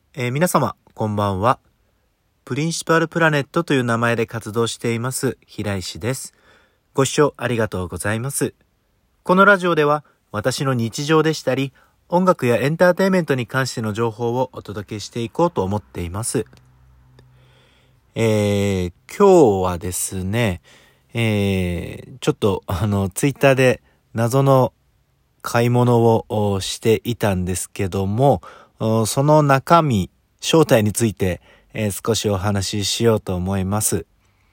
皆様こんばんは。プリンシパルプラネットという名前で活動しています平石です。ご視聴ありがとうございます。このラジオでは私の日常でしたり音楽やエンターテインメントに関しての情報をお届けしていこうと思っています。今日はですね、ちょっとツイッターで謎の買い物をしていたんですけども、その中身、正体について、少しお話ししようと思います。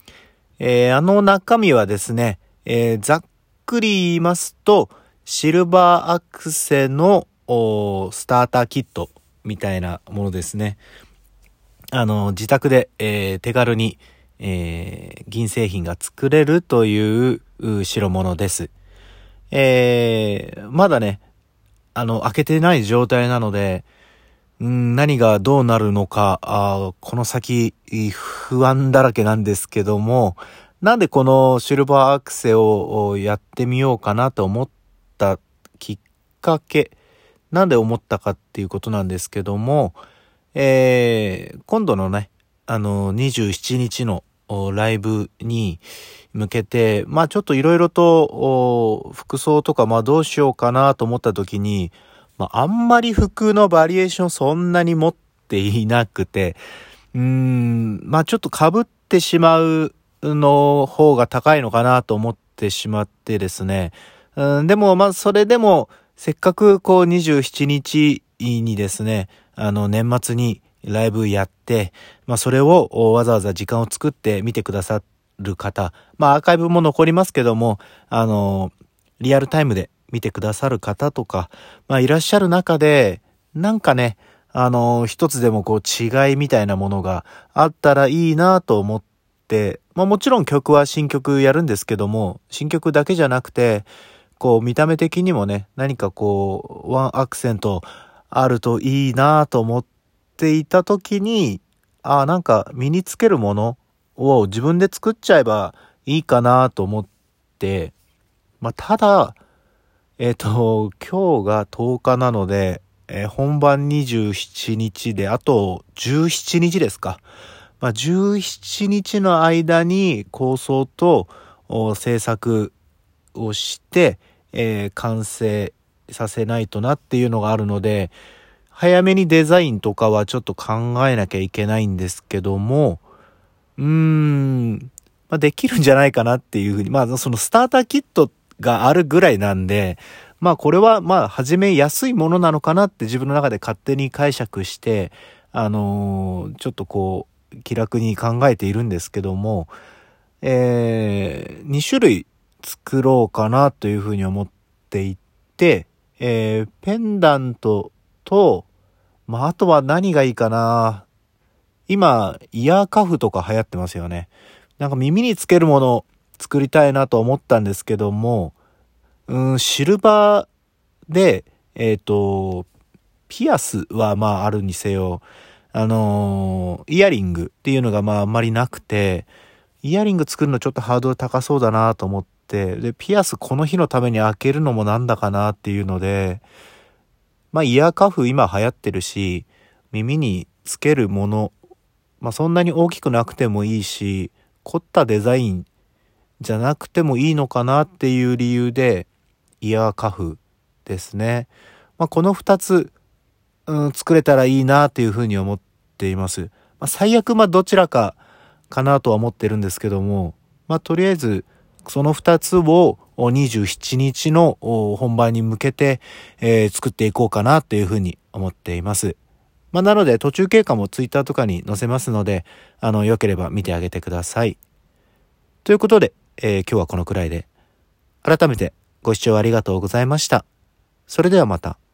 中身はですね、ざっくり言いますと、シルバーアクセのスターターキットみたいなものですね。自宅で、手軽に、銀製品が作れるという代物です。まだね、開けてない状態なので、何がどうなるのか、この先不安だらけなんですけども、なんでこのシルバーアクセをやってみようかなと思ったきっかけ、なんで思ったかっていうことなんですけども、今度のね、27日のライブに向けて、ちょっといろいろと服装とかどうしようかなと思った時に、あんまり服のバリエーションそんなに持っていなくて、ちょっと被ってしまうの方が高いのかなと思ってしまってですね。でもそれでもせっかく27日にですね、年末にライブやって、それをわざわざ時間を作って見てくださる方、アーカイブも残りますけども、リアルタイムで見てくださる方とか、いらっしゃる中で、なんかね、一つでも違いみたいなものがあったらいいなと思って、もちろん曲は新曲やるんですけども、新曲だけじゃなくて、見た目的にもね、何かワンアクセントあるといいなと思っていた時に、なんか身につけるものを自分で作っちゃえばいいかなと思って、ただ、今日が10日なので、本番27日で、あと17日ですか。17日の間に構想と制作をして、完成させないとなっていうのがあるので、早めにデザインとかはちょっと考えなきゃいけないんですけども、できるんじゃないかなっていうふうに、そのスターターキットがあるぐらいなんで、これは始めやすいものなのかなって自分の中で勝手に解釈して、ちょっと気楽に考えているんですけども、2種類作ろうかなというふうに思っていて、ペンダントと、あとは何がいいかな。今、イヤーカフとか流行ってますよね。なんか耳につけるもの作りたいなと思ったんですけども、シルバーで、ピアスはあるにせよ、イヤリングっていうのがあんまりなくて、イヤリング作るのちょっとハードル高そうだなと思って、で、ピアスこの日のために開けるのもなんだかなっていうので、イヤーカフ今流行ってるし、耳につけるもの、そんなに大きくなくてもいいし、凝ったデザインじゃなくてもいいのかなっていう理由で、イヤーカフですね。この2つ、作れたらいいなっていうふうに思っています。最悪どちらかなとは思ってるんですけども、とりあえずその2つを27日の本番に向けて、作っていこうかなというふうに思っています。なので途中経過もツイッターとかに載せますので、よければ見てあげてください。ということで、今日はこのくらいで。改めてご視聴ありがとうございました。それではまた。